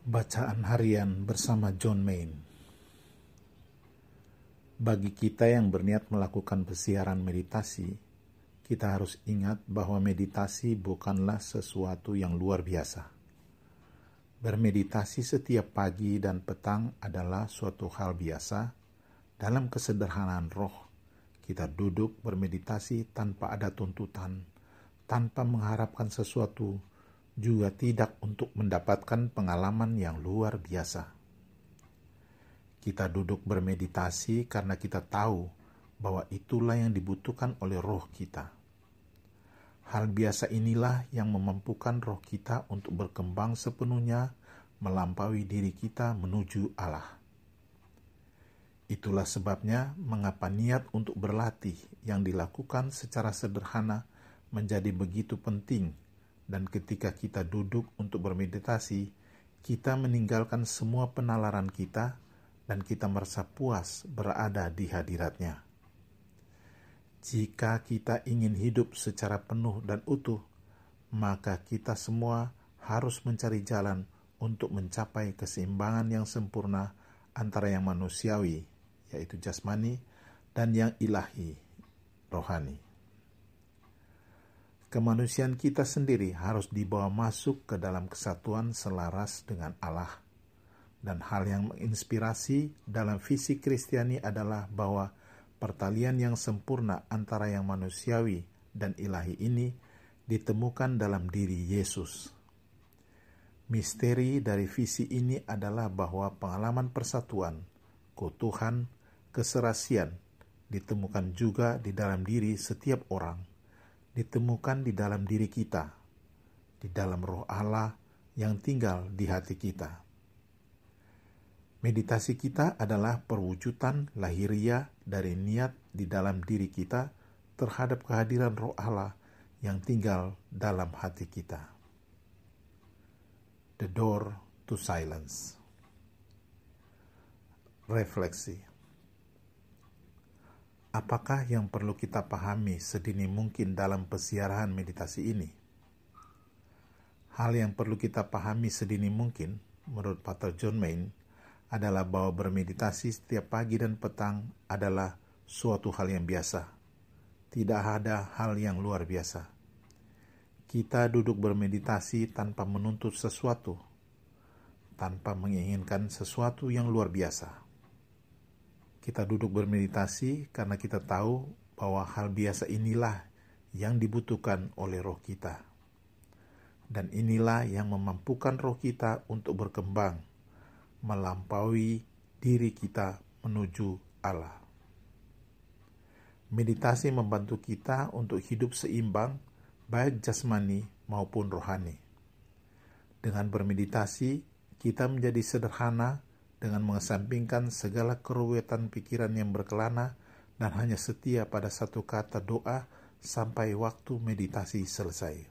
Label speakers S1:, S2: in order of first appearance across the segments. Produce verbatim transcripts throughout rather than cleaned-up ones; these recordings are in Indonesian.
S1: Bacaan Harian bersama John Main. Bagi kita yang berniat melakukan persiaran meditasi, kita harus ingat bahwa meditasi bukanlah sesuatu yang luar biasa. Bermeditasi setiap pagi dan petang adalah suatu hal biasa. Dalam kesederhanaan roh, kita duduk bermeditasi tanpa ada tuntutan, tanpa mengharapkan sesuatu, juga tidak untuk mendapatkan pengalaman yang luar biasa. Kita duduk bermeditasi karena kita tahu bahwa itulah yang dibutuhkan oleh roh kita. Hal biasa inilah yang memampukan roh kita untuk berkembang sepenuhnya melampaui diri kita menuju Allah. Itulah sebabnya mengapa niat untuk berlatih yang dilakukan secara sederhana menjadi begitu penting. Dan ketika kita duduk untuk bermeditasi, kita meninggalkan semua penalaran kita dan kita merasa puas berada di hadiratnya. Jika kita ingin hidup secara penuh dan utuh, maka kita semua harus mencari jalan untuk mencapai keseimbangan yang sempurna antara yang manusiawi, yaitu jasmani, dan yang ilahi, rohani. Kemanusiaan kita sendiri harus dibawa masuk ke dalam kesatuan selaras dengan Allah. Dan hal yang menginspirasi dalam visi Kristiani adalah bahwa pertalian yang sempurna antara yang manusiawi dan ilahi ini ditemukan dalam diri Yesus. Misteri dari visi ini adalah bahwa pengalaman persatuan, keutuhan, keserasian ditemukan juga di dalam diri setiap orang. Ditemukan di dalam diri kita, di dalam roh Allah yang tinggal di hati kita. Meditasi kita adalah perwujudan lahiriah dari niat di dalam diri kita terhadap kehadiran roh Allah yang tinggal dalam hati kita. The Door to Silence. Refleksi. Apakah yang perlu kita pahami sedini mungkin dalam persiaran meditasi ini? Hal yang perlu kita pahami sedini mungkin, menurut Pater John Main, adalah bahwa bermeditasi setiap pagi dan petang adalah suatu hal yang biasa. Tidak ada hal yang luar biasa. Kita duduk bermeditasi tanpa menuntut sesuatu, tanpa menginginkan sesuatu yang luar biasa. Kita duduk bermeditasi karena kita tahu bahwa hal biasa inilah yang dibutuhkan oleh roh kita. Dan inilah yang memampukan roh kita untuk berkembang, melampaui diri kita menuju Allah. Meditasi membantu kita untuk hidup seimbang, baik jasmani maupun rohani. Dengan bermeditasi, kita menjadi sederhana, dengan mengesampingkan segala keruwetan pikiran yang berkelana dan hanya setia pada satu kata doa sampai waktu meditasi selesai.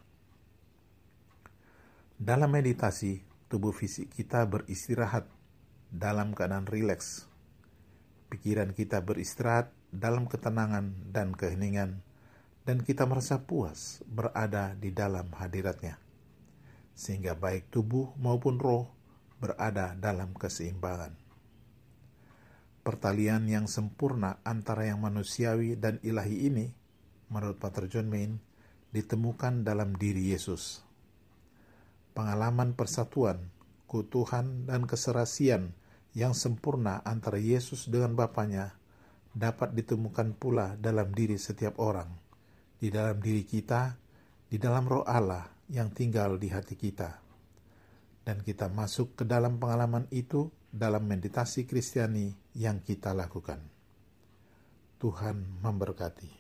S1: Dalam meditasi, tubuh fisik kita beristirahat dalam keadaan rileks. Pikiran kita beristirahat dalam ketenangan dan keheningan, dan kita merasa puas berada di dalam hadiratnya. Sehingga baik tubuh maupun roh berada dalam keseimbangan. Pertalian yang sempurna antara yang manusiawi dan ilahi ini, menurut Pater John Main, ditemukan dalam diri Yesus. Pengalaman persatuan, keutuhan, dan keserasian yang sempurna antara Yesus dengan Bapanya dapat ditemukan pula dalam diri setiap orang, di dalam diri kita, di dalam roh Allah yang tinggal di hati kita. Dan kita masuk ke dalam pengalaman itu dalam meditasi Kristiani yang kita lakukan. Tuhan memberkati.